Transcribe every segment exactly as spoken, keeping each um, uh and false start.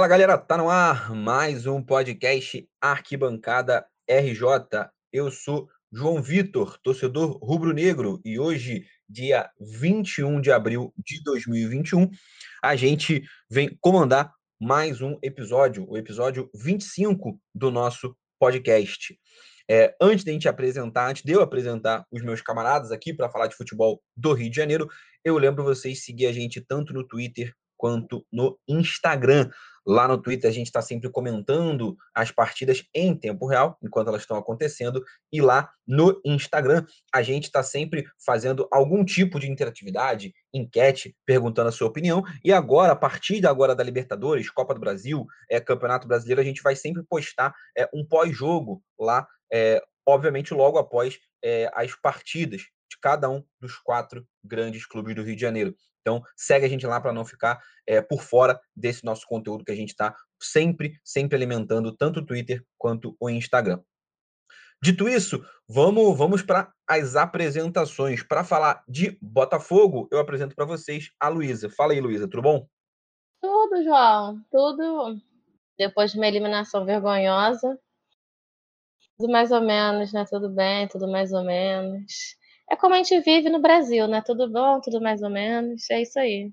Fala galera, tá no ar mais um podcast Arquibancada R J. Eu sou João Vitor, torcedor rubro-negro, e hoje, dia vinte e um de abril de dois mil e vinte e um, a gente vem comandar mais um episódio, o episódio vinte e cinco do nosso podcast. É, antes de a gente apresentar, antes de eu apresentar os meus camaradas aqui para falar de futebol do Rio de Janeiro, eu lembro vocês seguir a gente tanto no Twitter quanto no Instagram. Lá no Twitter a gente está sempre comentando as partidas em tempo real, enquanto elas estão acontecendo, e lá no Instagram a gente está sempre fazendo algum tipo de interatividade, enquete, perguntando a sua opinião. E agora, a partir de agora da Libertadores, Copa do Brasil, é, Campeonato Brasileiro, a gente vai sempre postar é, um pós-jogo lá, é, obviamente logo após é, as partidas de cada um dos quatro grandes clubes do Rio de Janeiro. Então, segue a gente lá para não ficar é, por fora desse nosso conteúdo que a gente está sempre, sempre alimentando, tanto o Twitter quanto o Instagram. Dito isso, vamos, vamos para as apresentações. Para falar de Botafogo, eu apresento para vocês a Luísa. Fala aí, Luísa, tudo bom? Tudo, João. Tudo depois de uma eliminação vergonhosa. Tudo mais ou menos, né? Tudo bem, tudo mais ou menos. É como a gente vive no Brasil, né? Tudo bom, tudo mais ou menos. É isso aí.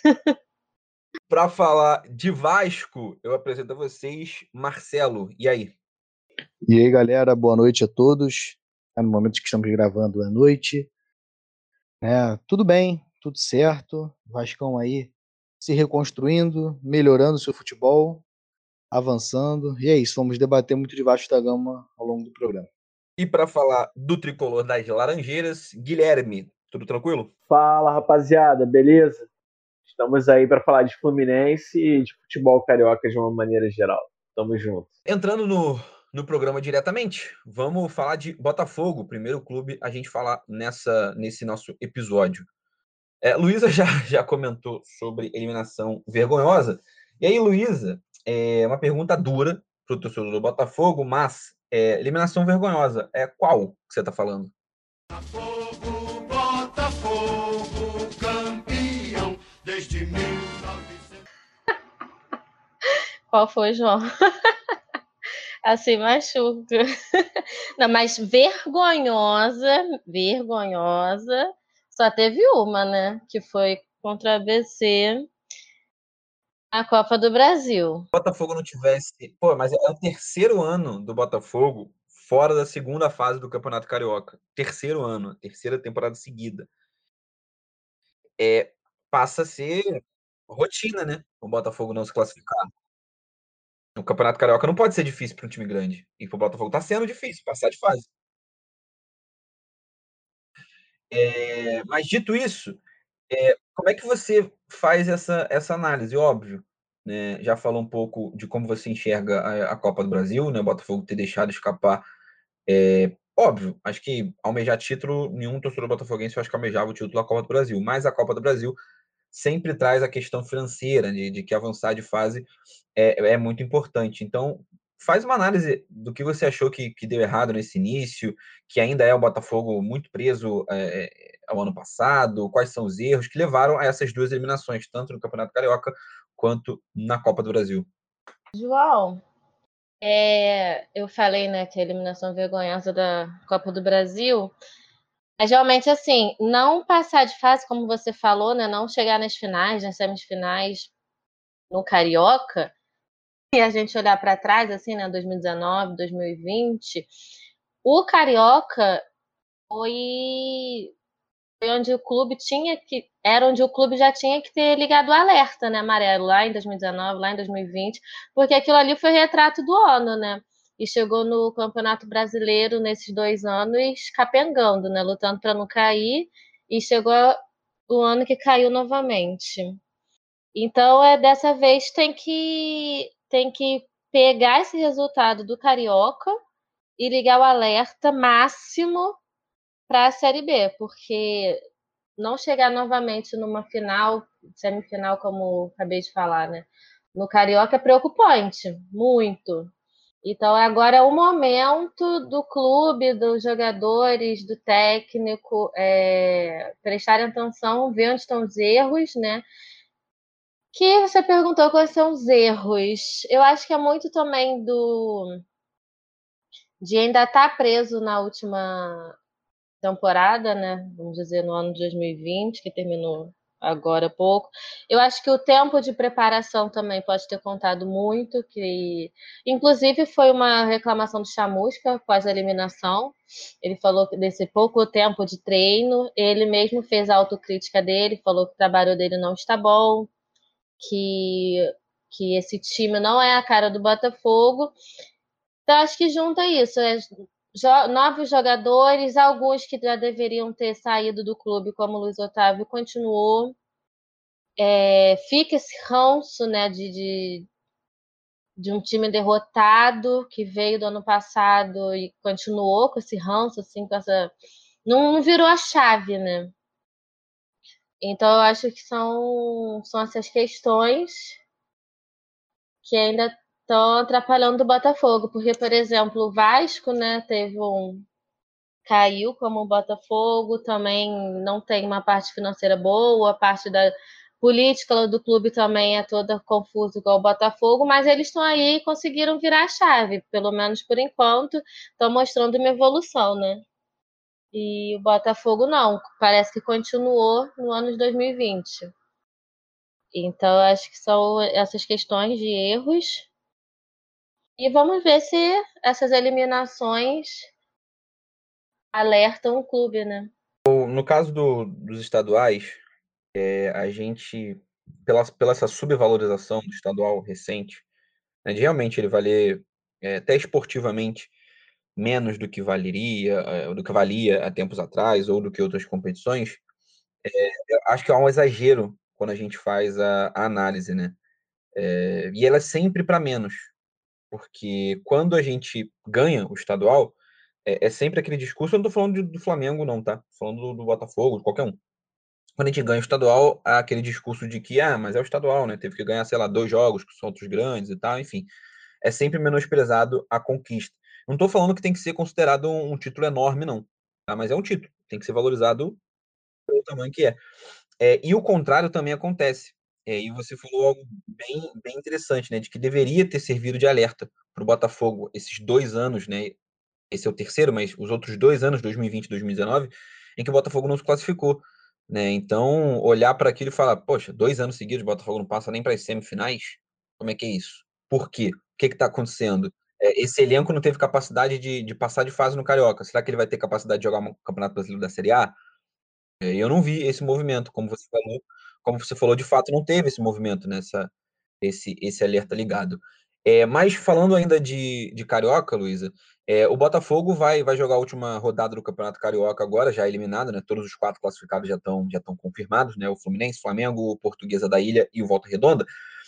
Para falar de Vasco, eu apresento a vocês Marcelo. E aí? E aí, galera, boa noite a todos. No momento que estamos gravando à noite. É, tudo bem, tudo certo. Vascão aí se reconstruindo, melhorando seu futebol, avançando. E é isso, vamos debater muito de Vasco da Gama ao longo do programa. E para falar do tricolor das Laranjeiras, Guilherme, tudo tranquilo? Fala, rapaziada, beleza? Estamos aí para falar de Fluminense e de futebol carioca de uma maneira geral. Tamo junto. Entrando no, no programa diretamente, vamos falar de Botafogo, primeiro clube a gente falar nessa, nesse nosso episódio. É, Luísa já, já comentou sobre eliminação vergonhosa. E aí, Luísa, é uma pergunta dura para o torcedor do Botafogo, mas é, eliminação vergonhosa, é qual que você está falando? Botafogo, Botafogo, campeão desde mil e novecentos. Qual foi, João? Assim machuca. Não, mas vergonhosa, vergonhosa, só teve uma, né? Que foi contra a A B C a Copa do Brasil. Se o Botafogo não tivesse... Pô, mas é o terceiro ano do Botafogo fora da segunda fase do Campeonato Carioca. Terceiro ano, terceira temporada seguida. É, passa a ser rotina, né? O Botafogo não se classificar. O Campeonato Carioca não pode ser difícil para um time grande. E para o Botafogo tá sendo difícil passar de fase. É, mas dito isso, é, como é que você faz essa, essa análise? Óbvio, né? Já falou um pouco de como você enxerga a, a Copa do Brasil, né? O Botafogo ter deixado escapar. É, óbvio, acho que almejar título, nenhum torcedor botafoguense eu acho que almejava o título da Copa do Brasil. Mas a Copa do Brasil sempre traz a questão financeira, de, de que avançar de fase é, é muito importante. Então, faz uma análise do que você achou que, que deu errado nesse início, que ainda é o Botafogo muito preso é, ao ano passado, quais são os erros que levaram a essas duas eliminações, tanto no Campeonato Carioca quanto na Copa do Brasil. João, é, eu falei, né, que a eliminação vergonhosa da Copa do Brasil, mas realmente, assim, não passar de fase, como você falou, né, não chegar nas finais, nas semifinais no Carioca, e a gente olhar para trás, assim, né, dois mil e dezenove, dois mil e vinte, o Carioca foi, foi onde o clube tinha que, era onde o clube já tinha que ter ligado o alerta, né, amarelo, lá em dois mil e dezenove, lá em dois mil e vinte, porque aquilo ali foi retrato do ano, né, e chegou no Campeonato Brasileiro nesses dois anos capengando, né, lutando para não cair, e chegou o ano que caiu novamente. Então, é dessa vez tem que tem que pegar esse resultado do Carioca e ligar o alerta máximo para a Série B, porque não chegar novamente numa final, semifinal, como acabei de falar, né? No Carioca é preocupante, muito. Então agora é o momento do clube, dos jogadores, do técnico é, prestarem atenção, ver onde estão os erros, né? Que você perguntou quais são os erros. Eu acho que é muito também do de ainda estar preso na última temporada, né? Vamos dizer, no ano de dois mil e vinte, que terminou agora há pouco. Eu acho que o tempo de preparação também pode ter contado muito, que inclusive foi uma reclamação do Chamusca após a eliminação. Ele falou que desse pouco tempo de treino, ele mesmo fez a autocrítica dele, falou que o trabalho dele não está bom, que, que esse time não é a cara do Botafogo. Então, acho que junta isso, é jo- novos jogadores, alguns que já deveriam ter saído do clube, como o Luiz Otávio, continuou. É, fica esse ranço, né, de, de, de um time derrotado que veio do ano passado e continuou com esse ranço, assim, com essa. Não, não virou a chave, né? Então, eu acho que são, são essas questões que ainda estão atrapalhando o Botafogo, porque, por exemplo, o Vasco, né, teve um caiu como o Botafogo, também não tem uma parte financeira boa, a parte da política do clube também é toda confusa igual o Botafogo, mas eles estão aí e conseguiram virar a chave, pelo menos por enquanto, estão mostrando uma evolução, né? E o Botafogo não, parece que continuou no ano de dois mil e vinte. Então, acho que são essas questões de erros. E vamos ver se essas eliminações alertam o clube, né? No caso do- dos estaduais, é, a gente, pela, pela essa subvalorização do estadual recente, né, de realmente ele valer é, até esportivamente menos do que valeria, é, do que valia há tempos atrás ou do que outras competições, eu acho que há um exagero quando a gente faz a, a análise, né? É, e ela é sempre para menos, porque quando a gente ganha o estadual, é, é sempre aquele discurso. Eu não tô falando de- do Flamengo, não, tá? Tô falando do, do Botafogo, de qualquer um. Quando a gente ganha o estadual, há aquele discurso de que, ah, mas é o estadual, né? Teve que ganhar, sei lá, dois jogos que são outros grandes e tal, enfim. É sempre menosprezado a conquista. Não tô falando que tem que ser considerado um, um título enorme, não, tá? Mas é um título, tem que ser valorizado pelo tamanho que é. É, e o contrário também acontece. É, e você falou algo bem, bem interessante, né? De que deveria ter servido de alerta para o Botafogo esses dois anos, né? Esse é o terceiro, mas os outros dois anos, dois mil e vinte e dois mil e dezenove, em que o Botafogo não se classificou, né? Então, olhar para aquilo e falar, poxa, dois anos seguidos o Botafogo não passa nem para as semifinais? Como é que é isso? Por quê? O que está acontecendo? É, esse elenco não teve capacidade de, de passar de fase no Carioca. Será que ele vai ter capacidade de jogar um Campeonato Brasileiro da Série A? É, eu não vi esse movimento, como você falou, como você falou, de fato não teve esse movimento nessa esse esse alerta ligado. É, mas falando ainda de, de Carioca, Luísa, é, o Botafogo vai vai jogar a última rodada do Campeonato Carioca agora, já eliminado, né? Todos os quatro classificados já estão já estão confirmados, né? O Fluminense, Flamengo, o Portuguesa da Ilha e o Volta Redonda.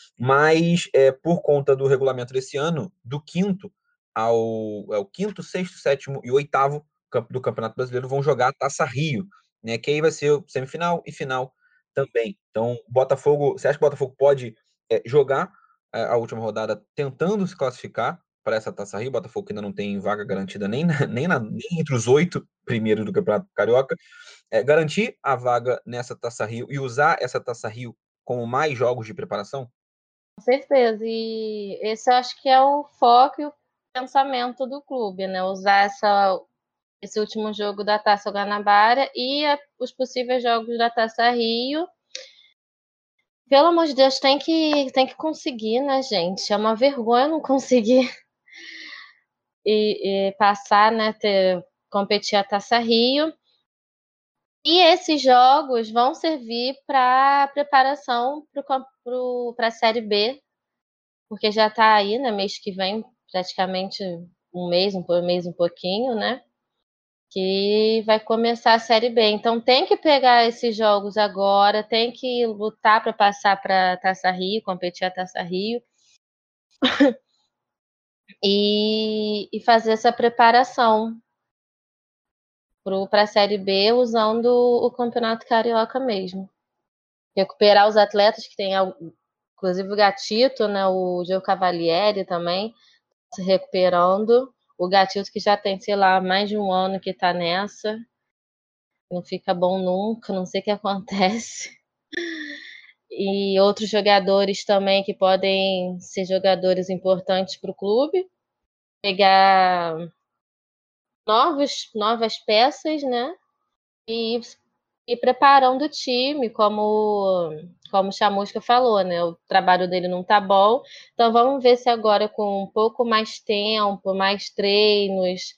Mas é, por conta do regulamento desse ano, do quinto ao é, o quinto, sexto, sétimo e oitavo do Campeonato Brasileiro vão jogar a Taça Rio, né? Que aí vai ser o semifinal e final também. Então, Botafogo, você acha que o Botafogo pode é, jogar é, a última rodada tentando se classificar para essa Taça Rio? O Botafogo que ainda não tem vaga garantida nem, na, nem, na, nem entre os oito primeiros do Campeonato Carioca, é, garantir a vaga nessa Taça Rio e usar essa Taça Rio como mais jogos de preparação? Com certeza. E esse eu acho que é o foco e o pensamento do clube, né? Usar essa, esse último jogo da Taça Guanabara e a, os possíveis jogos da Taça Rio. Pelo amor de Deus, tem que, tem que conseguir, né, gente? É uma vergonha não conseguir e, e passar, né? Ter, competir a Taça Rio. E esses jogos vão servir para preparação para a Série B, porque já está aí, né, mês que vem, praticamente um mês, um mês, um pouquinho, né? Que vai começar a Série B. Então tem que pegar esses jogos agora, tem que lutar para passar para a Taça Rio, competir a Taça Rio e, e fazer essa preparação para a Série B usando o Campeonato Carioca mesmo. Recuperar os atletas que tem, inclusive o Gatito, né, o Gio Cavalieri também se recuperando. O Gatito que já tem, sei lá, mais de um ano que tá nessa. Não fica bom nunca, não sei o que acontece. e outros jogadores também que podem ser jogadores importantes para o clube, pegar novos, novas peças, né? E ir preparando o time, como, como o Chamusca falou, né? O trabalho dele não tá bom. Então vamos ver se agora, com um pouco mais tempo, mais treinos,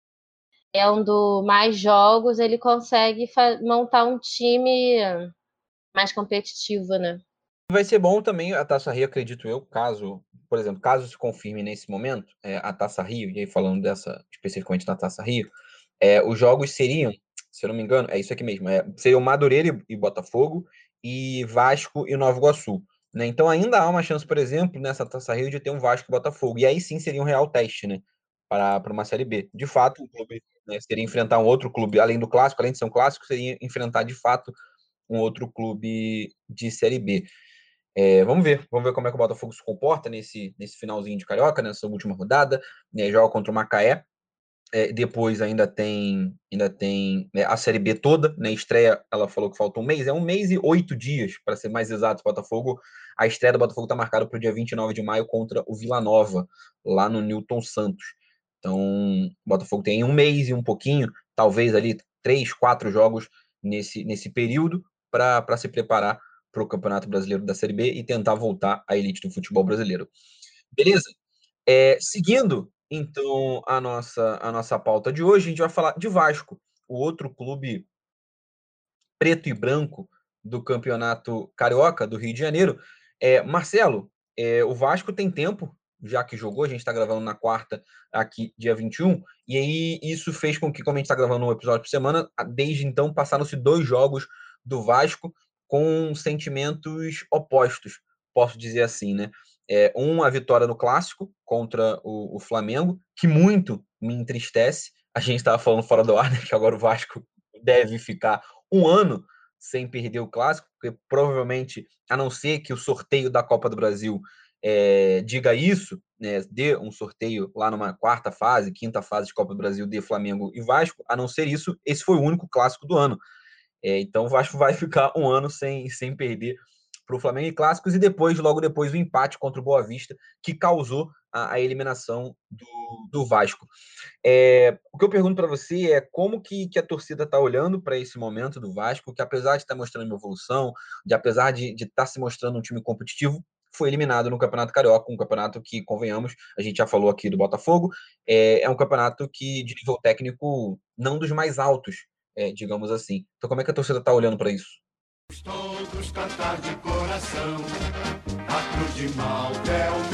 tendo mais jogos, ele consegue montar um time mais competitivo, né? Vai ser bom também a Taça Rio, acredito eu, caso, por exemplo, caso se confirme nesse momento é, a Taça Rio, e aí falando dessa especificamente da Taça Rio, é, os jogos seriam, se eu não me engano, é isso aqui mesmo, é, seriam Madureira e, e Botafogo, e Vasco e Nova Iguaçu. Né? Então ainda há uma chance, por exemplo, nessa Taça Rio de ter um Vasco e Botafogo, e aí sim seria um real teste, né? Para, para uma Série B. De fato, o clube, né, seria enfrentar um outro clube, além do clássico, além de ser um clássico, seria enfrentar de fato um outro clube de Série B. É, vamos ver, vamos ver como é que o Botafogo se comporta nesse, nesse finalzinho de Carioca, nessa última rodada, né, joga contra o Macaé, é, depois ainda tem ainda tem né, a Série B toda, né, estreia, ela falou que falta um mês, é um mês e oito dias, para ser mais exato, Botafogo, a estreia do Botafogo está marcada para o dia vinte e nove de maio contra o Vila Nova, lá no Newton Santos. Então, o Botafogo tem um mês e um pouquinho, talvez ali três, quatro jogos nesse, nesse período para se preparar para o Campeonato Brasileiro da Série B e tentar voltar à elite do futebol brasileiro. Beleza? É, seguindo, então, a nossa, a nossa pauta de hoje, a gente vai falar de Vasco, o outro clube preto e branco do Campeonato Carioca do Rio de Janeiro. É, Marcelo, é, o Vasco tem tempo, já que jogou, a gente está gravando na quarta, aqui, dia vinte e um, e aí isso fez com que, como a gente está gravando um episódio por semana, desde então passaram-se dois jogos do Vasco com sentimentos opostos, posso dizer assim, né? É, um, a vitória no Clássico contra o, o Flamengo, que muito me entristece. A gente estava falando fora do ar, né, que agora o Vasco deve ficar um ano sem perder o Clássico, porque provavelmente, a não ser que o sorteio da Copa do Brasil é, diga isso, né, dê um sorteio lá numa quarta fase, quinta fase de Copa do Brasil de Flamengo e Vasco, a não ser isso, esse foi o único Clássico do ano. É, então o Vasco vai ficar um ano sem, sem perder para o Flamengo em clássicos, e depois, logo depois, o empate contra o Boa Vista, que causou a, a eliminação do, do Vasco. É, o que eu pergunto para você é como que, que a torcida está olhando para esse momento do Vasco, que apesar de estar tá mostrando uma evolução, de apesar de estar tá se mostrando um time competitivo, foi eliminado no Campeonato Carioca, um campeonato que, convenhamos, a gente já falou aqui do Botafogo, é, é um campeonato que de nível técnico não dos mais altos, é, digamos assim. Então como é que a torcida está olhando para isso? Todos cantar de coração, a cruz de Malta é o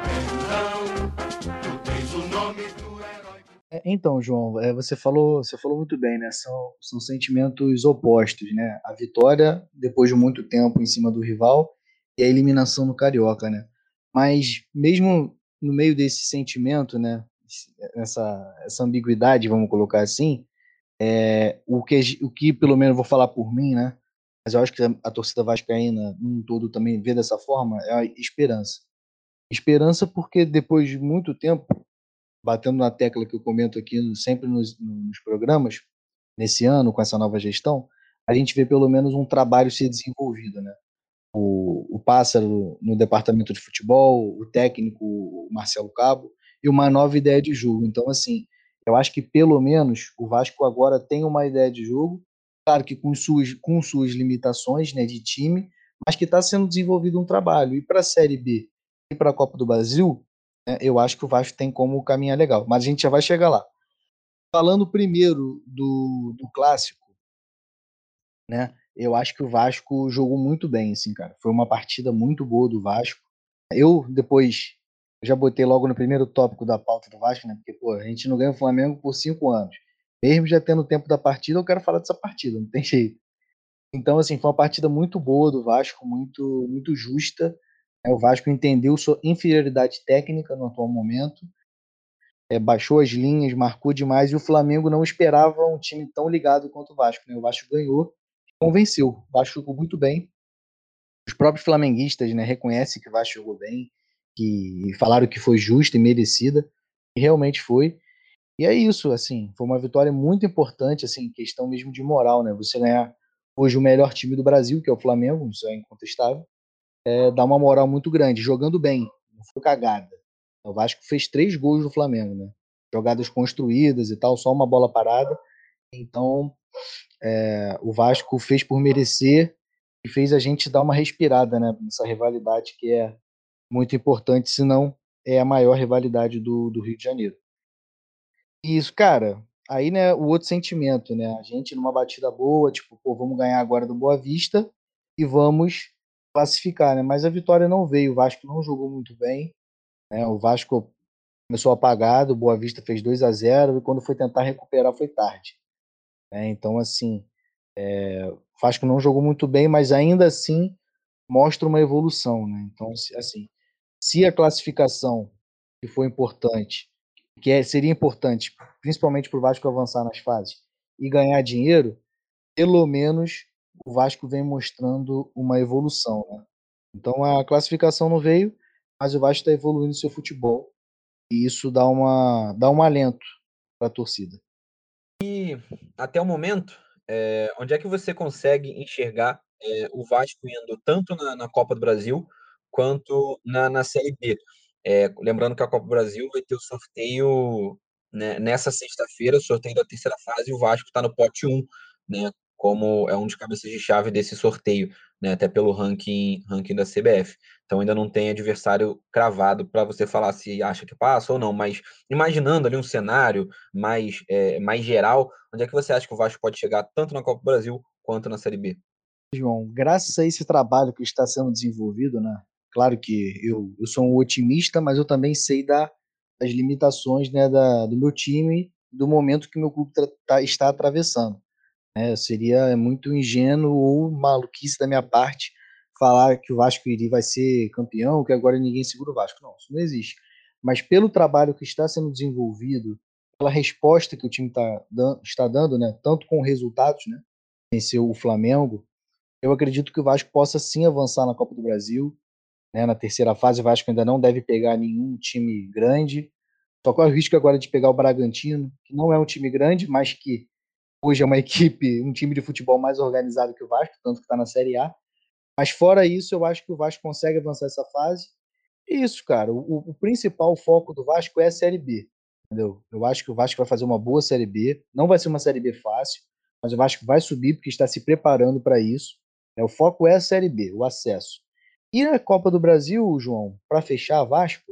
meu pendão, tu tens o nome do herói. Então, João, é, você falou, você falou muito bem, né? São, são sentimentos opostos, né? A vitória depois de muito tempo em cima do rival e a eliminação no Carioca, né? Mas mesmo no meio desse sentimento, né? Essa, essa ambiguidade, vamos colocar assim, é, o que o que pelo menos vou falar por mim, né? Mas eu acho que a, a torcida vascaína num todo também vê dessa forma, é a esperança. Esperança porque depois de muito tempo, batendo na tecla que eu comento aqui sempre nos, nos programas, nesse ano, com essa nova gestão, a gente vê pelo menos um trabalho ser desenvolvido, né? O, o Pássaro no departamento de futebol, o técnico, o Marcelo Cabo, e uma nova ideia de jogo. Então, assim, eu acho que pelo menos o Vasco agora tem uma ideia de jogo, claro que com suas, com suas limitações, né, de time, mas que está sendo desenvolvido um trabalho. E para a Série B e para a Copa do Brasil, né, eu acho que o Vasco tem como caminhar legal. Mas a gente já vai chegar lá. Falando primeiro do, do clássico, né? Eu acho que o Vasco jogou muito bem, assim, cara. Foi uma partida muito boa do Vasco. Eu, depois, já botei logo no primeiro tópico da pauta do Vasco, né? Porque, pô, a gente não ganha o Flamengo por cinco anos. Mesmo já tendo o tempo da partida, eu quero falar dessa partida, não tem jeito. Então, assim, foi uma partida muito boa do Vasco, muito, muito justa. O Vasco entendeu sua inferioridade técnica no atual momento, é, baixou as linhas, marcou demais, e o Flamengo não esperava um time tão ligado quanto o Vasco, né? O Vasco ganhou, convenceu. O Vasco jogou muito bem. Os próprios flamenguistas, né, reconhecem que o Vasco jogou bem, que falaram que foi justa e merecida, e realmente foi. E é isso, assim, foi uma vitória muito importante, assim, questão mesmo de moral, né? Você ganhar hoje o melhor time do Brasil, que é o Flamengo, isso é incontestável, é, dá uma moral muito grande, jogando bem, não foi cagada. O Vasco fez três gols do Flamengo, né? Jogadas construídas e tal, só uma bola parada. Então, é, o Vasco fez por merecer e fez a gente dar uma respirada, né? Nessa rivalidade que é muito importante, se não é a maior rivalidade do, do Rio de Janeiro. E isso, cara, aí, né, o outro sentimento, né? A gente numa batida boa, tipo, pô, vamos ganhar agora do Boa Vista e vamos classificar, né? Mas a vitória não veio, o Vasco não jogou muito bem, né? O Vasco começou apagado, o Boa Vista fez dois a zero e quando foi tentar recuperar foi tarde, né? Então, assim, é, o Vasco não jogou muito bem, mas ainda assim mostra uma evolução, né? Então, assim, se a classificação que foi importante, que é, seria importante, principalmente para o Vasco avançar nas fases e ganhar dinheiro, pelo menos o Vasco vem mostrando uma evolução, né? Então a classificação não veio, mas o Vasco está evoluindo seu futebol e isso dá uma dá um alento para a torcida. E até o momento, é, onde é que você consegue enxergar é, o Vasco indo tanto na, na Copa do Brasil quanto na, na Série B? É, lembrando que a Copa do Brasil vai ter o sorteio, né, nessa sexta-feira, o sorteio da terceira fase, e o Vasco está no pote um, né, como é um dos cabeças de chave desse sorteio, né, até pelo ranking, ranking da C B F. Então ainda não tem adversário cravado para você falar se acha que passa ou não, mas imaginando ali um cenário mais, é, mais geral, onde é que você acha que o Vasco pode chegar tanto na Copa do Brasil quanto na Série B? João, graças a esse trabalho que está sendo desenvolvido, né? Claro que eu, eu sou um otimista, mas eu também sei da, das limitações, né, da, do meu time, do momento que meu clube tra- tá- está atravessando. Né? Seria muito ingênuo ou maluquice da minha parte falar que o Vasco iria vai ser campeão, que agora ninguém segura o Vasco. Não, isso não existe. Mas pelo trabalho que está sendo desenvolvido, pela resposta que o time tá, dan- está dando, né, tanto com resultados, né, venceu o Flamengo, eu acredito que o Vasco possa sim avançar na Copa do Brasil, né, na terceira fase. O Vasco ainda não deve pegar nenhum time grande, só corre o risco agora de pegar o Bragantino, que não é um time grande, mas que hoje é uma equipe, um time de futebol mais organizado que o Vasco, tanto que está na Série A. Mas fora isso, eu acho que o Vasco consegue avançar essa fase. E isso, cara, o, o principal foco do Vasco é a Série B, entendeu? Eu acho que o Vasco vai fazer uma boa Série B. Não vai ser uma Série B fácil, mas o Vasco vai subir porque está se preparando para isso. É, o foco é a Série B, o acesso. E na Copa do Brasil, João, para fechar Vasco,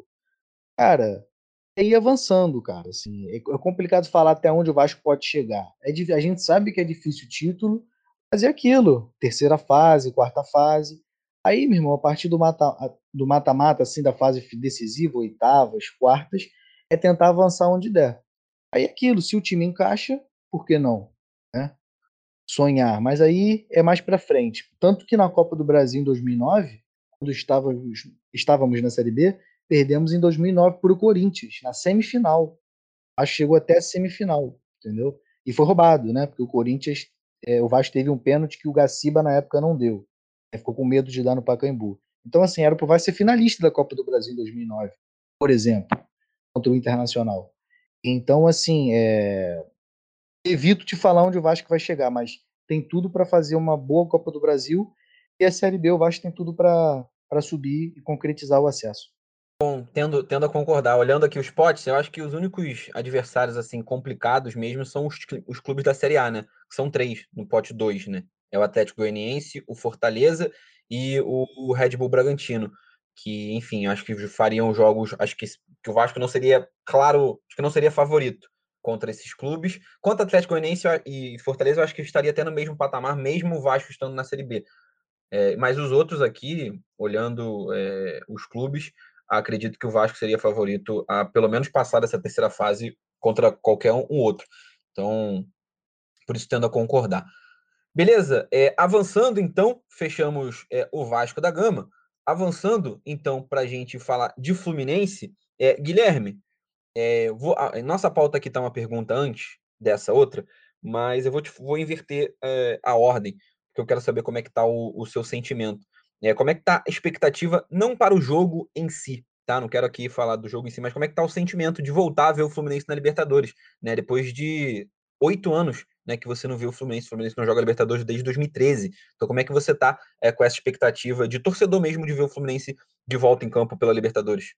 cara, é ir avançando, cara. Assim, é é complicado falar até onde o Vasco pode chegar. É, di- a gente sabe que é difícil o título, mas é aquilo. Terceira fase, quarta fase. Aí, meu irmão, a partir do mata, do mata-mata, assim, da fase decisiva, oitavas, quartas, é tentar avançar onde der. Aí é aquilo, se o time encaixa, por que não? Né? Sonhar. Mas aí é mais pra frente. Tanto que na Copa do Brasil em dois mil e nove, quando estávamos, estávamos na Série B, perdemos em dois mil e nove para o Corinthians, na semifinal. Acho que chegou até a semifinal, entendeu? E foi roubado, né? Porque o Corinthians, é, o Vasco teve um pênalti que o Gaciba na época não deu. Aí ficou com medo de dar no Pacaembu. Então, assim, era pro Vasco ser finalista da Copa do Brasil em dois mil e nove, por exemplo, contra o Internacional. Então, assim, é, evito te falar onde o Vasco vai chegar, mas tem tudo para fazer uma boa Copa do Brasil e a Série B o Vasco tem tudo para para subir e concretizar o acesso. Tendo, tendo a concordar, olhando aqui os potes, eu acho que os únicos adversários assim complicados mesmo são os, cl- os clubes da Série A, né? São três no pote dois, né? É o Atlético Goianiense, o Fortaleza e o, o Red Bull Bragantino, que, enfim, acho que fariam jogos, acho que, que o Vasco não seria, claro, acho que não seria favorito contra esses clubes. Quanto ao Atlético Goianiense e Fortaleza, eu acho que estaria até no mesmo patamar, mesmo o Vasco estando na Série B. É, mas os outros aqui, olhando é, os clubes, acredito que o Vasco seria favorito a pelo menos passar dessa terceira fase contra qualquer um, um outro. Então, por isso tendo a concordar. Beleza, é, avançando então, fechamos é, o Vasco da Gama. Avançando então para a gente falar de Fluminense, é, Guilherme, é, vou, a, nossa pauta aqui está uma pergunta antes dessa outra, mas eu vou, te, vou inverter é, a ordem, porque eu quero saber como é que está o, o seu sentimento. É, como é que está a expectativa, não para o jogo em si, tá? Não quero aqui falar do jogo em si, mas como é que está o sentimento de voltar a ver o Fluminense na Libertadores, né? Depois de oito anos né, que você não viu o Fluminense. O Fluminense não joga Libertadores desde dois mil e treze. Então, como é que você está é, com essa expectativa de torcedor mesmo de ver o Fluminense de volta em campo pela Libertadores?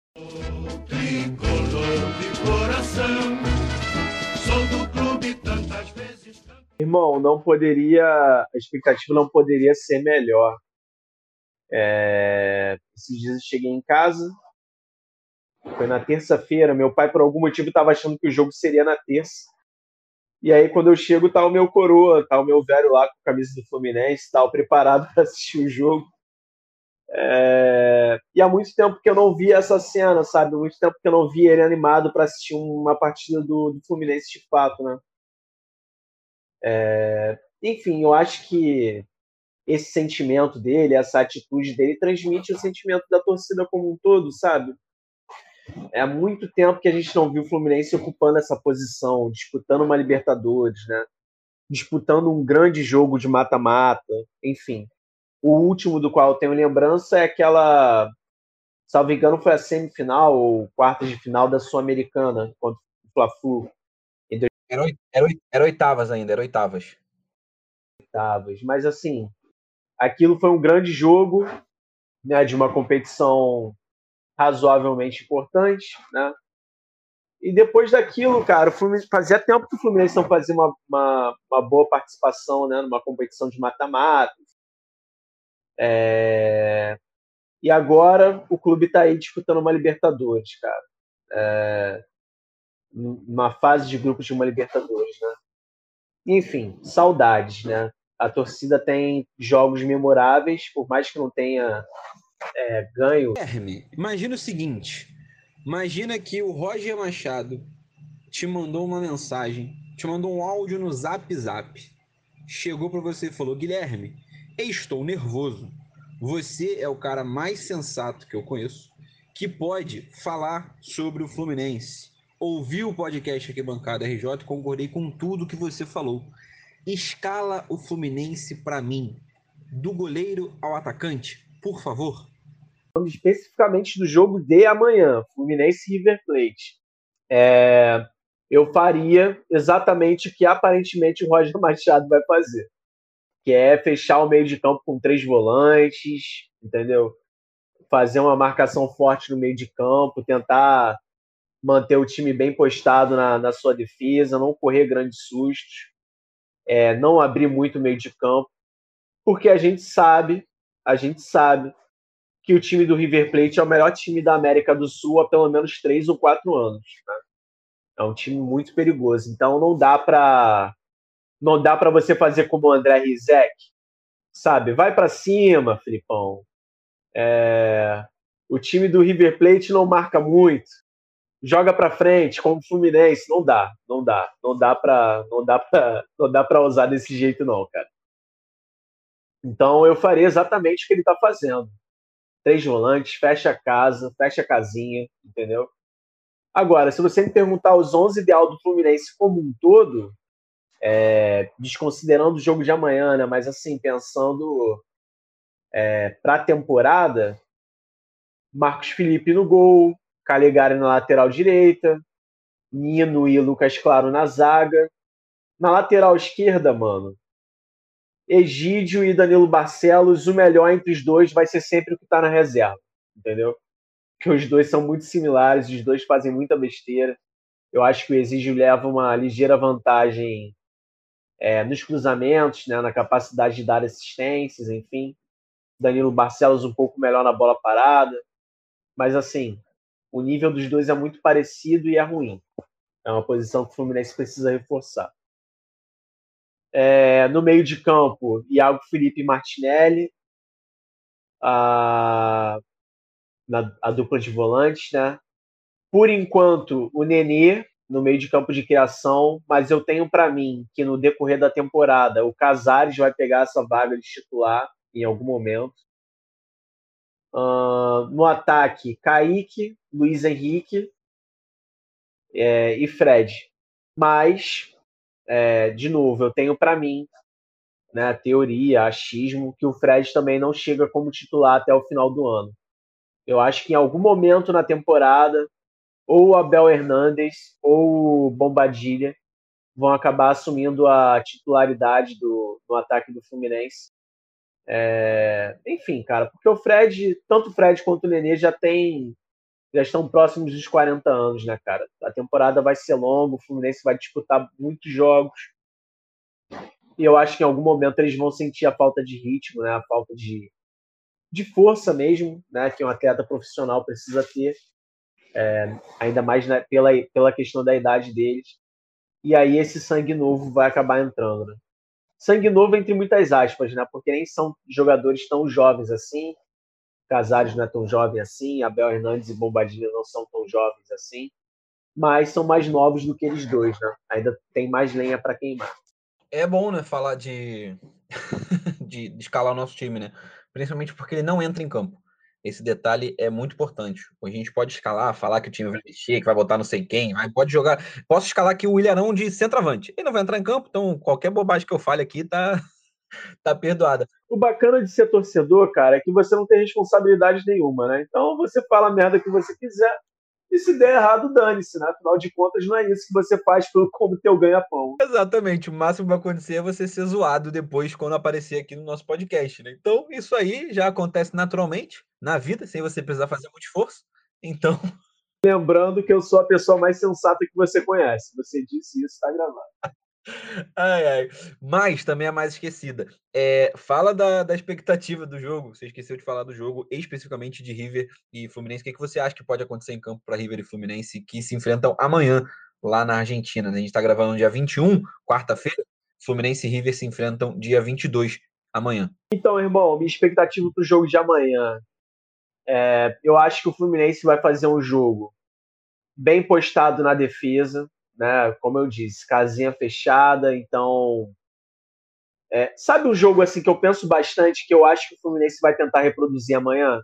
Tricolor de coração, sou do clube tantas vezes. Irmão, não poderia, a expectativa não poderia ser melhor. É, esses dias eu cheguei em casa, foi na terça-feira, meu pai por algum motivo estava achando que o jogo seria na terça. E aí quando eu chego tá o meu coroa, tá o meu velho lá com a camisa do Fluminense, tal, preparado para assistir o jogo. É, e há muito tempo que eu não vi essa cena, sabe? Há muito tempo que eu não vi ele animado para assistir uma partida do, do Fluminense de fato, né? É, enfim, eu acho que esse sentimento dele, essa atitude dele, transmite o sentimento da torcida como um todo, sabe? É há muito tempo que a gente não viu o Fluminense ocupando essa posição, disputando uma Libertadores, né? Disputando um grande jogo de mata-mata, enfim. O último do qual eu tenho lembrança é aquela, salvo engano, foi a semifinal ou quartas de final da Sul-Americana contra o Fla-Flu. Era, era, era oitavas ainda, era oitavas. Oitavas. Mas, assim, aquilo foi um grande jogo, né, de uma competição razoavelmente importante, né? E depois daquilo, cara, o Fluminense, fazia tempo que o Fluminense não fazia uma, uma, uma boa participação, né, numa competição de mata-mata. É... E agora o clube está aí disputando uma Libertadores, cara. É... Numa fase de grupos de uma Libertadores, né? Enfim, saudades, né? A torcida tem jogos memoráveis, por mais que não tenha é, ganho. Guilherme, imagina o seguinte, imagina que o Roger Machado te mandou uma mensagem, te mandou um áudio no Zap Zap, chegou para você e falou: Guilherme, estou nervoso, você é o cara mais sensato que eu conheço, que pode falar sobre o Fluminense. Ouvi o podcast aqui, Bancada R J, concordei com tudo que você falou. Escala o Fluminense para mim, do goleiro ao atacante, por favor. Falando especificamente do jogo de amanhã, Fluminense e River Plate. É, eu faria exatamente o que aparentemente o Roger Machado vai fazer, que é fechar o meio de campo com três volantes, entendeu? Fazer uma marcação forte no meio de campo, tentar manter o time bem postado na, na sua defesa, não correr grandes sustos, é, não abrir muito o meio de campo, porque a gente sabe, a gente sabe que o time do River Plate é o melhor time da América do Sul há pelo menos três ou quatro anos. Né? É um time muito perigoso, então não dá para não dá para você fazer como o André Rizek, sabe? Vai para cima, Filipão. É... O time do River Plate não marca muito. Joga para frente, como o Fluminense, não dá, não dá, não dá para, não dá para, não dá para usar desse jeito não, cara. Então eu faria exatamente o que ele está fazendo. Três volantes, fecha a casa, fecha a casinha, entendeu? Agora, se você me perguntar os onze ideal do Fluminense como um todo, é, desconsiderando o jogo de amanhã, né, mas assim, pensando é, para a temporada, Marcos Felipe no gol, Calegari na lateral direita, Nino e Lucas Claro na zaga. Na lateral esquerda, mano, Egídio e Danilo Barcelos, o melhor entre os dois vai ser sempre o que tá na reserva, entendeu? Porque os dois são muito similares, os dois fazem muita besteira. Eu acho que o Egídio leva uma ligeira vantagem é, nos cruzamentos, né, na capacidade de dar assistências, enfim. Danilo Barcelos um pouco melhor na bola parada. Mas, assim, o nível dos dois é muito parecido e é ruim. É uma posição que o Fluminense precisa reforçar. É, no meio de campo, Iago Felipe e Martinelli. A, na, a dupla de volantes, né? Por enquanto, o Nenê no meio de campo de criação, mas eu tenho para mim que no decorrer da temporada o Casares vai pegar essa vaga de titular em algum momento. Uh, no ataque, Kaique, Luiz Henrique é, e Fred. Mas, é, de novo, eu tenho para mim, né, teoria, achismo, que o Fred também não chega como titular até o final do ano. Eu acho que em algum momento na temporada, ou o Abel Hernandes ou o Bombadilha vão acabar assumindo a titularidade do, no ataque do Fluminense. É, enfim, cara, porque o Fred, tanto o Fred quanto o Nenê já tem, já estão próximos dos quarenta anos, né, cara? A temporada vai ser longa, o Fluminense vai disputar muitos jogos. E eu acho que em algum momento eles vão sentir a falta de ritmo, né? A falta de, de força mesmo, né? Que um atleta profissional precisa ter, é, ainda mais né, pela, pela questão da idade deles. E aí esse sangue novo vai acabar entrando, né? Sangue novo entre muitas aspas, né? Porque nem são jogadores tão jovens assim. Casares não é tão jovem assim, Abel Hernandes e Bombadilha não são tão jovens assim, mas são mais novos do que eles dois, né? Ainda tem mais lenha para queimar. É bom, né, falar de... de, de escalar o nosso time, né? Principalmente porque ele não entra em campo. Esse detalhe é muito importante. A gente pode escalar, falar que o time vai mexer, que vai botar não sei quem, vai, pode jogar. Posso escalar aqui o Ilharão de centroavante. Ele não vai entrar em campo, então qualquer bobagem que eu fale aqui tá, tá perdoada. O bacana de ser torcedor, cara, é que você não tem responsabilidade nenhuma, né? Então você fala a merda que você quiser e se der errado, dane-se, né? Afinal de contas, não é isso que você faz pelo como teu ganha-pão. Exatamente. O máximo que vai acontecer é você ser zoado depois quando aparecer aqui no nosso podcast, né? Então, isso aí já acontece naturalmente na vida, sem você precisar fazer muito esforço. Então... Lembrando que eu sou a pessoa mais sensata que você conhece. Você disse isso, tá gravado. Ai, ai. Mas também a mais esquecida. É, fala da, da expectativa do jogo. Você esqueceu de falar do jogo, especificamente de River e Fluminense. O que, que você acha que pode acontecer em campo para River e Fluminense, que se enfrentam amanhã lá na Argentina, né? A gente está gravando no dia vinte e um, quarta-feira. Fluminense e River se enfrentam dia vinte e dois, amanhã. Então, irmão, minha expectativa para o jogo de amanhã. É, eu acho que o Fluminense vai fazer um jogo bem postado na defesa, né? Como eu disse, casinha fechada, então... É, sabe um jogo assim que eu penso bastante, que eu acho que o Fluminense vai tentar reproduzir amanhã?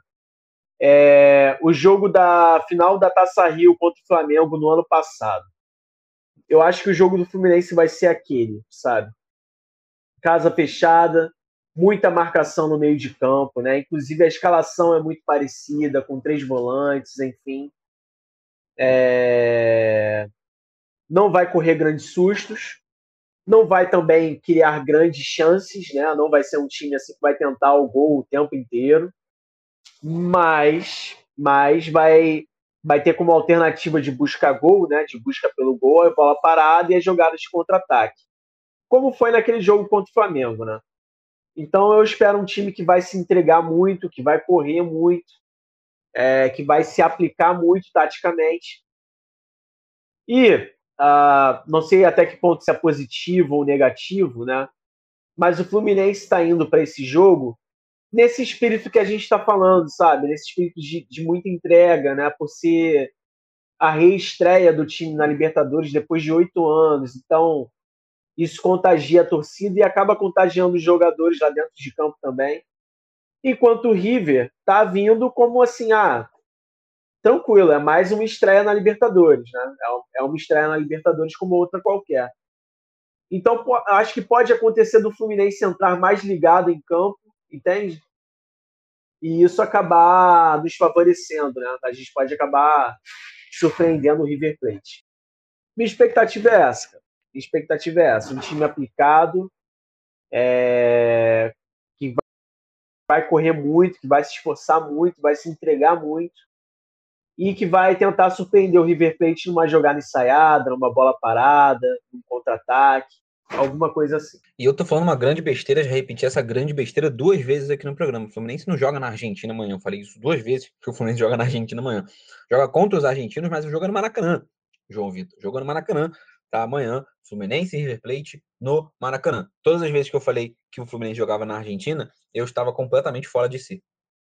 É o jogo da final da Taça Rio contra o Flamengo no ano passado. Eu acho que o jogo do Fluminense vai ser aquele, sabe? Casa fechada, muita marcação no meio de campo, né? Inclusive a escalação é muito parecida, com três volantes, enfim. É... Não vai correr grandes sustos, não vai também criar grandes chances, né? Não vai ser um time assim que vai tentar o gol o tempo inteiro, mas, mas vai, vai ter como alternativa de busca gol, né? De busca pelo gol, a bola parada e as jogadas de contra-ataque. Como foi naquele jogo contra o Flamengo, né? Então eu espero um time que vai se entregar muito, que vai correr muito, é, que vai se aplicar muito taticamente. E uh, não sei até que ponto isso é positivo ou negativo, né? Mas o Fluminense está indo para esse jogo nesse espírito que a gente está falando, sabe? Nesse espírito de, de muita entrega, né? Por ser a reestreia do time na Libertadores depois de oito anos. Então, isso contagia a torcida e acaba contagiando os jogadores lá dentro de campo também. Enquanto o River tá vindo como assim, ah, tranquilo, é mais uma estreia na Libertadores, né? É uma estreia na Libertadores como outra qualquer. Então, acho que pode acontecer do Fluminense entrar mais ligado em campo, entende? E isso acabar nos favorecendo, né? A gente pode acabar surpreendendo o River Plate. Minha expectativa é essa, cara. Minha expectativa é essa. Um time aplicado, é... que vai correr muito, que vai se esforçar muito, vai se entregar muito e que vai tentar surpreender o River Plate numa jogada ensaiada, numa bola parada, num contra-ataque, alguma coisa assim. E eu tô falando uma grande besteira, já repeti essa grande besteira duas vezes aqui no programa. O Fluminense não joga na Argentina amanhã. Eu falei isso duas vezes, que o Fluminense joga na Argentina amanhã. Joga contra os argentinos, mas joga no Maracanã, João Vitor. Joga no Maracanã, tá? Amanhã, Fluminense e River Plate no Maracanã. Todas as vezes que eu falei que o Fluminense jogava na Argentina, eu estava completamente fora de si.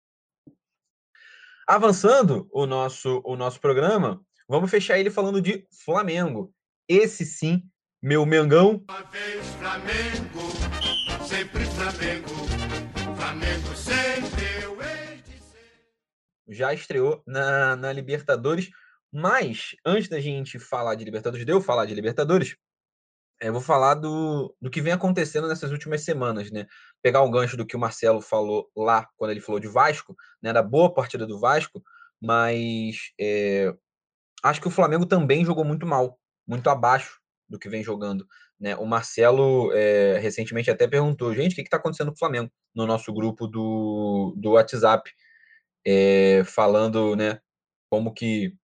Avançando o nosso, o nosso programa, vamos fechar ele falando de Flamengo. Esse sim, meu Mengão. Uma vez Flamengo, sempre Flamengo, Flamengo sempre eu hei de ser. Já estreou na, na Libertadores, mas antes da gente falar de Libertadores, de eu falar de Libertadores, eu vou falar do, do que vem acontecendo nessas últimas semanas, né? Pegar um gancho do que o Marcelo falou lá, quando ele falou de Vasco, né? Da boa partida do Vasco, mas é, acho que o Flamengo também jogou muito mal, muito abaixo do que vem jogando, né? O Marcelo é, recentemente até perguntou, gente, o que está acontecendo com o Flamengo? No nosso grupo do, do WhatsApp, é, falando, né, como que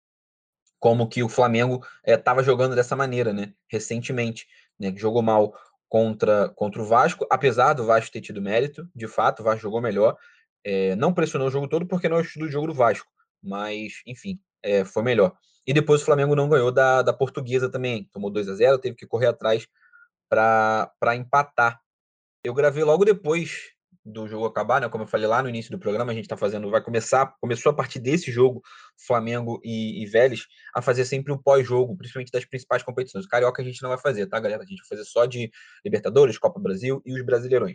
como que o Flamengo estava jogando dessa maneira, né? Recentemente, né? Que jogou mal contra, contra o Vasco, apesar do Vasco ter tido mérito, de fato, o Vasco jogou melhor, é, não pressionou o jogo todo porque não é o estilo do jogo do Vasco, mas, enfim, é, foi melhor. E depois o Flamengo não ganhou da, da Portuguesa também, tomou dois a zero, teve que correr atrás para empatar. Eu gravei logo depois do jogo acabar, né? Como eu falei lá no início do programa, a gente tá fazendo, vai começar, começou a partir desse jogo, Flamengo e, e Vélez, a fazer sempre um pós-jogo, principalmente das principais competições. O Carioca a gente não vai fazer, tá, galera? A gente vai fazer só de Libertadores, Copa Brasil e os Brasileirões.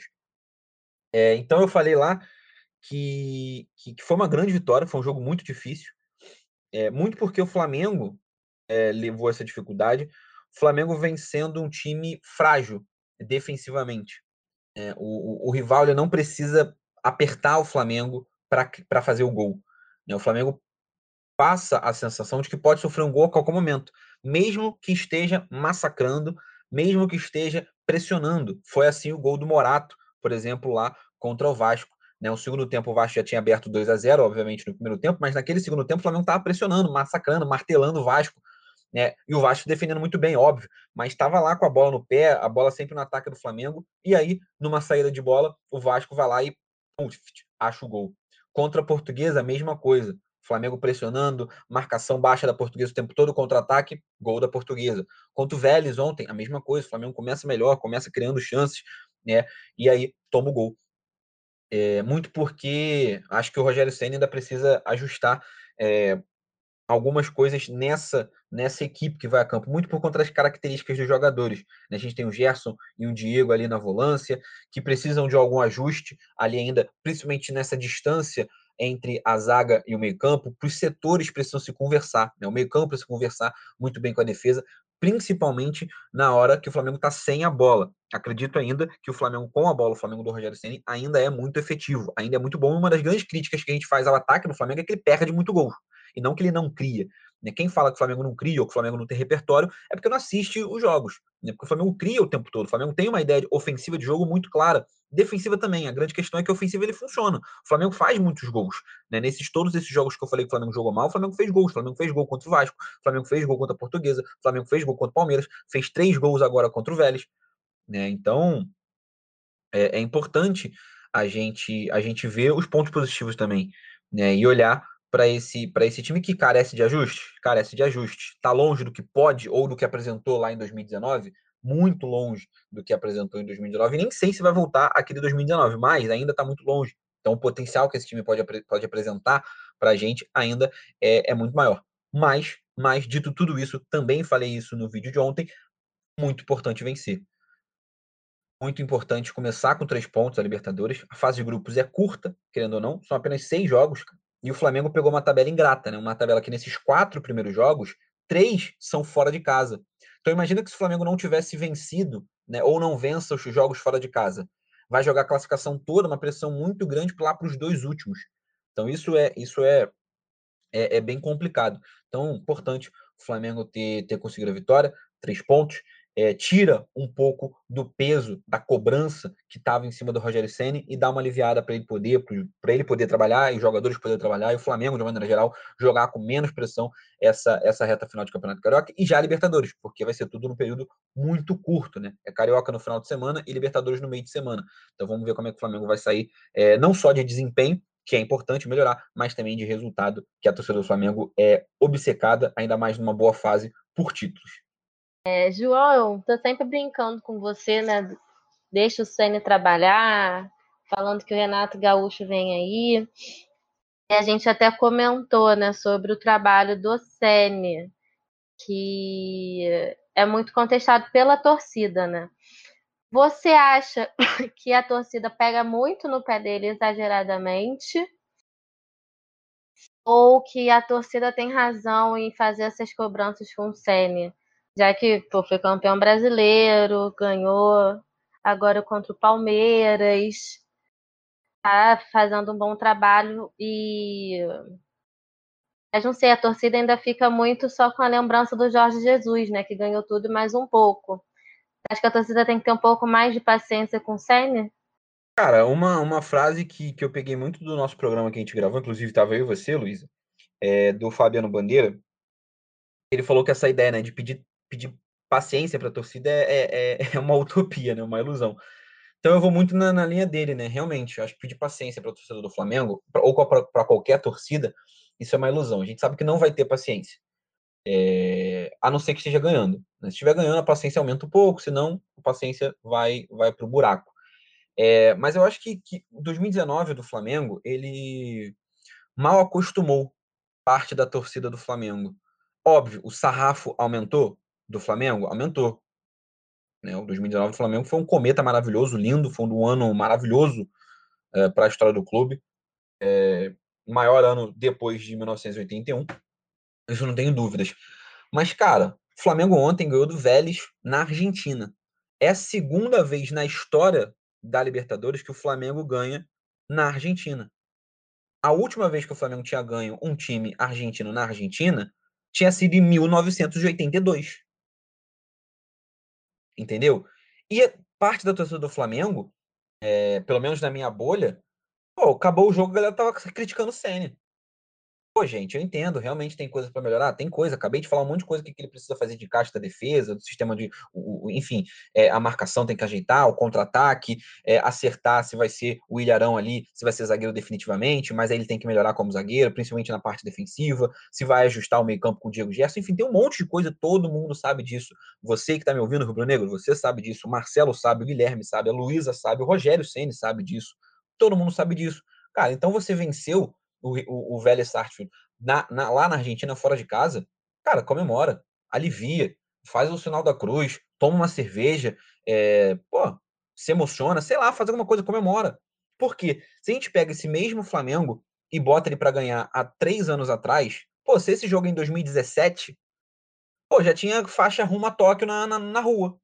É, então eu falei lá que, que, que foi uma grande vitória, foi um jogo muito difícil, é, muito porque o Flamengo é, levou essa dificuldade. O Flamengo vem sendo um time frágil defensivamente. É, o, o, o rival ele não precisa apertar o Flamengo para fazer o gol, né? O Flamengo passa a sensação de que pode sofrer um gol a qualquer momento, mesmo que esteja massacrando, mesmo que esteja pressionando. Foi assim o gol do Morato, por exemplo, lá contra o Vasco. Né? No segundo tempo, o Vasco já tinha aberto dois a zero, obviamente, no primeiro tempo, mas naquele segundo tempo o Flamengo estava pressionando, massacrando, martelando o Vasco. Né? E o Vasco defendendo muito bem, óbvio, mas estava lá com a bola no pé, a bola sempre no ataque do Flamengo, e aí, numa saída de bola, o Vasco vai lá e pum, acha o gol. Contra a Portuguesa, a mesma coisa. Flamengo pressionando, marcação baixa da Portuguesa o tempo todo, contra-ataque, gol da Portuguesa. Contra o Vélez ontem, a mesma coisa. O Flamengo começa melhor, começa criando chances, né? E aí toma o gol. É, muito porque acho que o Rogério Ceni ainda precisa ajustar é, algumas coisas nessa nessa equipe que vai a campo, muito por conta das características dos jogadores. A gente tem o Gerson e o Diego ali na volância, que precisam de algum ajuste ali ainda, principalmente nessa distância entre a zaga e o meio-campo, os setores precisam se conversar, né? O meio-campo precisa conversar muito bem com a defesa, principalmente na hora que o Flamengo está sem a bola. Acredito ainda que o Flamengo com a bola, o Flamengo do Rogério Ceni, ainda é muito efetivo, ainda é muito bom. Uma das grandes críticas que a gente faz ao ataque do Flamengo é que ele perde muito gol, e não que ele não cria. Né? Quem fala que o Flamengo não cria ou que o Flamengo não tem repertório é porque não assiste os jogos. Né? Porque o Flamengo cria o tempo todo. O Flamengo tem uma ideia ofensiva de jogo muito clara. Defensiva também. A grande questão é que a ofensiva ele funciona. O Flamengo faz muitos gols. Né? Nesses todos esses jogos que eu falei que o Flamengo jogou mal, o Flamengo fez gols. O Flamengo fez gol contra o Vasco. O Flamengo fez gol contra a Portuguesa. O Flamengo fez gol contra o Palmeiras. Fez três gols agora contra o Vélez. Né? Então, é, é importante a gente, a gente ver os pontos positivos também. Né? E olhar para esse, para esse time que carece de ajuste, carece de ajuste. Está longe do que pode ou do que apresentou lá em dois mil e dezenove, muito longe do que apresentou em dois mil e dezenove. E nem sei se vai voltar aquele dois mil e dezenove, mas ainda está muito longe. Então o potencial que esse time pode, pode apresentar para a gente ainda é, é muito maior. Mas, mas, dito tudo isso, também falei isso no vídeo de ontem, muito importante vencer. Muito importante começar com três pontos a Libertadores. A fase de grupos é curta, querendo ou não, são apenas seis jogos. E o Flamengo pegou uma tabela ingrata, né? Uma tabela que nesses quatro primeiros jogos, três são fora de casa. Então imagina que se o Flamengo não tivesse vencido, né, ou não vença os jogos fora de casa, vai jogar a classificação toda, uma pressão muito grande lá para os dois últimos. Então isso é isso é, é, é bem complicado. Então, importante o Flamengo ter, ter conseguido a vitória, três pontos. É, tira um pouco do peso da cobrança que estava em cima do Rogério Ceni e dá uma aliviada para ele poder para ele poder trabalhar e os jogadores poderem trabalhar e o Flamengo de uma maneira geral jogar com menos pressão essa essa reta final de Campeonato Carioca e já Libertadores, porque vai ser tudo num período muito curto, né? É Carioca no final de semana e Libertadores no meio de semana. Então vamos ver como é que o Flamengo vai sair, é, não só de desempenho, que é importante melhorar, mas também de resultado, que a torcida do Flamengo é obcecada, ainda mais numa boa fase, por títulos. É, João, tô sempre brincando com você, né? Deixa o Ceni trabalhar, falando que o Renato Gaúcho vem aí. E a gente até comentou, né, sobre o trabalho do Ceni, que é muito contestado pela torcida, né? Você acha que a torcida pega muito no pé dele exageradamente? Ou que a torcida tem razão em fazer essas cobranças com o Ceni? Já que pô, foi campeão brasileiro, ganhou agora contra o Palmeiras, tá fazendo um bom trabalho e Mas não sei, a torcida ainda fica muito só com a lembrança do Jorge Jesus, né? Que ganhou tudo e mais um pouco. Acho que a torcida tem que ter um pouco mais de paciência com o Ceni. Cara, uma, uma frase que, que eu peguei muito do nosso programa que a gente gravou, inclusive estava eu e você, Luísa, é, do Fabiano Bandeira. Ele falou que essa ideia, né, de pedir, pedir paciência para a torcida é, é, é uma utopia, né, uma ilusão. Então eu vou muito na, na linha dele, né? Realmente, eu acho que pedir paciência para a torcida do Flamengo, pra, ou para qualquer torcida, isso é uma ilusão. A gente sabe que não vai ter paciência. É, a não ser que esteja ganhando. Se estiver ganhando, a paciência aumenta um pouco, senão a paciência vai, vai para o buraco. É, mas eu acho que, que dois mil e dezenove do Flamengo, ele mal acostumou parte da torcida do Flamengo. Óbvio, o sarrafo aumentou do Flamengo? Aumentou. Né? O dois mil e dezenove do Flamengo foi um cometa maravilhoso, lindo, foi um ano maravilhoso é, para a história do clube. É, maior ano depois de mil novecentos e oitenta e um. Isso não tenho dúvidas. Mas, cara, o Flamengo ontem ganhou do Vélez na Argentina. É a segunda vez na história da Libertadores que o Flamengo ganha na Argentina. A última vez que o Flamengo tinha ganho um time argentino na Argentina tinha sido em mil novecentos e oitenta e dois. Entendeu? E parte da torcida do Flamengo, é, pelo menos na minha bolha, pô, acabou o jogo, a galera tava criticando o Ceni. Pô, gente, eu entendo, realmente tem coisa para melhorar, tem coisa. Acabei de falar um monte de coisa que ele precisa fazer de caixa da defesa, do sistema de, o, o, enfim, é, a marcação tem que ajeitar, o contra-ataque, é, acertar se vai ser o Ilharão ali, se vai ser zagueiro definitivamente, mas aí ele tem que melhorar como zagueiro, principalmente na parte defensiva, se vai ajustar o meio-campo com o Diego Gerson, enfim, tem um monte de coisa, todo mundo sabe disso. Você que está me ouvindo, Rubro Negro, você sabe disso, o Marcelo sabe, o Guilherme sabe, a Luísa sabe, o Rogério Ceni sabe disso, todo mundo sabe disso. Cara, então você venceu o, o, o Vélez Sarsfield na, na, lá na Argentina, fora de casa, cara, comemora, alivia, faz o sinal da cruz, toma uma cerveja, é, pô, se emociona, sei lá, faz alguma coisa, comemora. Por quê? Se a gente pega esse mesmo Flamengo e bota ele para ganhar há três anos atrás, pô, se esse jogo é em dois mil e dezessete, pô, já tinha faixa rumo a Tóquio na, na, na rua.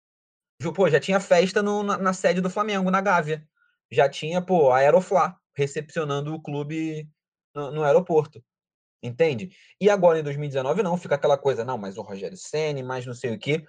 Pô, já tinha festa no, na, na sede do Flamengo, na Gávea. Já tinha, pô, a Aeroflá recepcionando o clube no, no aeroporto. Entende? E agora em dois mil e dezenove não, fica aquela coisa, não, mas o Rogério Ceni, mais não sei o quê.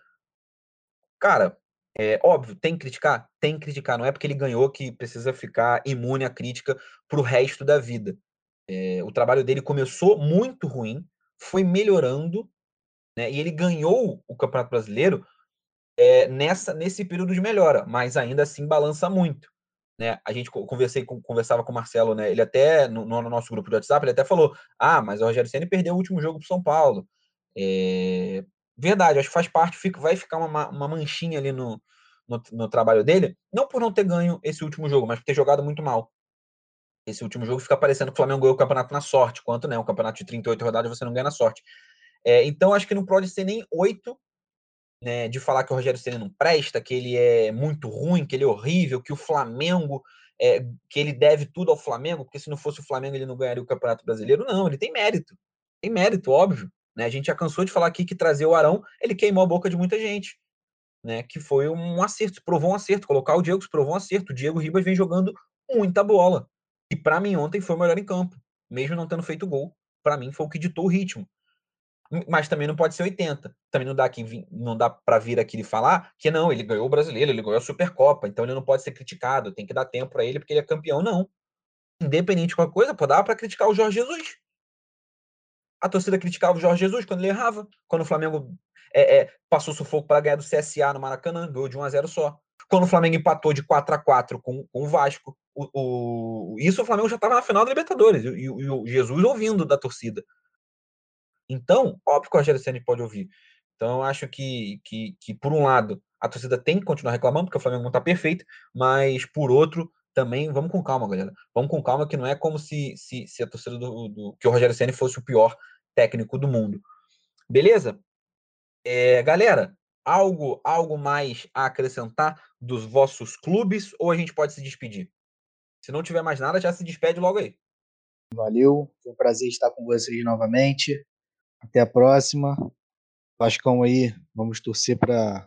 Cara, é óbvio, tem que criticar? Tem que criticar. Não é porque ele ganhou que precisa ficar imune à crítica pro resto da vida. É, o trabalho dele começou muito ruim, foi melhorando, né? E ele ganhou o Campeonato Brasileiro é, nessa, nesse período de melhora, mas ainda assim balança muito. Né? A gente conversei com, conversava com o Marcelo, né? Ele até, no, no nosso grupo de WhatsApp, ele até falou: ah, mas o Rogério Ceni perdeu o último jogo pro São Paulo. É... Verdade, acho que faz parte, fica, vai ficar uma, uma manchinha ali no, no, no trabalho dele, não por não ter ganho esse último jogo, mas por ter jogado muito mal. Esse último jogo fica parecendo que o Flamengo ganhou o campeonato na sorte, quanto né, um campeonato de trinta e oito rodadas você não ganha na sorte. É, então acho que não pode ser nem oito, né, de falar que o Rogério Ceni não presta, que ele é muito ruim, que ele é horrível, que o Flamengo, é, que ele deve tudo ao Flamengo, porque se não fosse o Flamengo ele não ganharia o Campeonato Brasileiro. Não, ele tem mérito. Tem mérito, óbvio. Né? A gente já cansou de falar aqui que trazer o Arão, ele queimou a boca de muita gente. Né? Que foi um acerto, provou um acerto. Colocar o Diego provou um acerto. O Diego Ribas vem jogando muita bola. E para mim ontem foi o melhor em campo. Mesmo não tendo feito gol. Para mim foi o que ditou o ritmo. Mas também não pode ser oitenta. Também não dá, aqui, não dá para vir aqui e falar que não, ele ganhou o Brasileiro, ele ganhou a Supercopa, então ele não pode ser criticado, tem que dar tempo para ele porque ele é campeão. Não. Independente de qualquer coisa, pô, dá para criticar o Jorge Jesus. A torcida criticava o Jorge Jesus quando ele errava, quando o Flamengo é, é, passou sufoco para ganhar do C S A no Maracanã, ganhou de um a zero só. Quando o Flamengo empatou de quatro a quatro com, com o Vasco, o, o, isso o Flamengo já estava na final da Libertadores, e, e, e o Jesus ouvindo da torcida. Então, óbvio que o Rogério Ceni pode ouvir. Então, eu acho que, que, que, por um lado, a torcida tem que continuar reclamando, porque o Flamengo não está perfeito, mas, por outro, também, vamos com calma, galera. Vamos com calma, que não é como se, se, se a torcida do, do... que o Rogério Ceni fosse o pior técnico do mundo. Beleza? É, galera, algo, algo mais a acrescentar dos vossos clubes, ou a gente pode se despedir? Se não tiver mais nada, já se despede logo aí. Valeu, foi um prazer estar com vocês novamente. Até a próxima. Vascão aí, vamos torcer para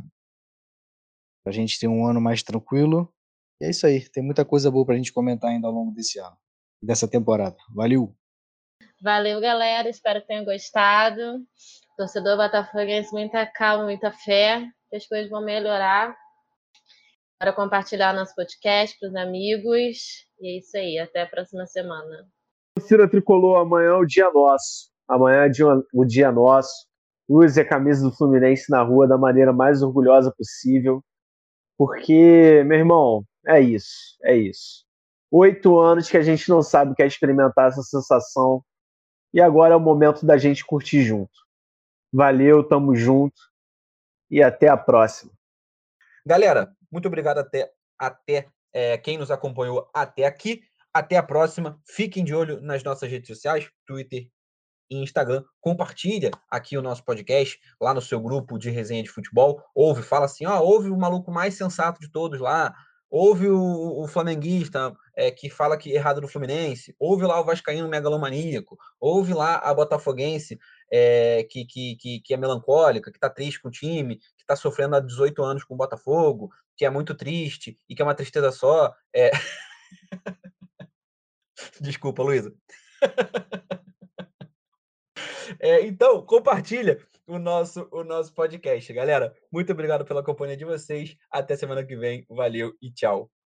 a gente ter um ano mais tranquilo. E é isso aí, tem muita coisa boa para a gente comentar ainda ao longo desse ano, dessa temporada. Valeu! Valeu, galera. Espero que tenham gostado. Torcedor botafoguense, muita calma, muita fé, que as coisas vão melhorar. Para compartilhar nosso podcast para os amigos. E é isso aí. Até a próxima semana. Torcida Tricolor, amanhã é o dia nosso. Amanhã é o dia nosso. Use a camisa do Fluminense na rua da maneira mais orgulhosa possível. Porque, meu irmão, é isso. É isso. Oito anos que a gente não sabe o que é experimentar essa sensação. E agora é o momento da gente curtir junto. Valeu, tamo junto. E até a próxima. Galera, muito obrigado até, até é, quem nos acompanhou até aqui. Até a próxima. Fiquem de olho nas nossas redes sociais, Twitter e Instagram. Compartilha aqui o nosso podcast lá no seu grupo de resenha de futebol. Ouve, fala assim, ó, ouve o maluco mais sensato de todos lá. Ouve o, o flamenguista é, que fala que errado do Fluminense. Ouve lá o vascaíno megalomaníaco. Ouve lá a botafoguense é, que, que, que, que é melancólica, que está triste com o time, que está sofrendo há dezoito anos com o Botafogo, que é muito triste e que é uma tristeza só. É... Desculpa, Luísa. É, então, compartilha o nosso, o nosso podcast, galera. Muito obrigado pela companhia de vocês. Até semana que vem. Valeu e tchau.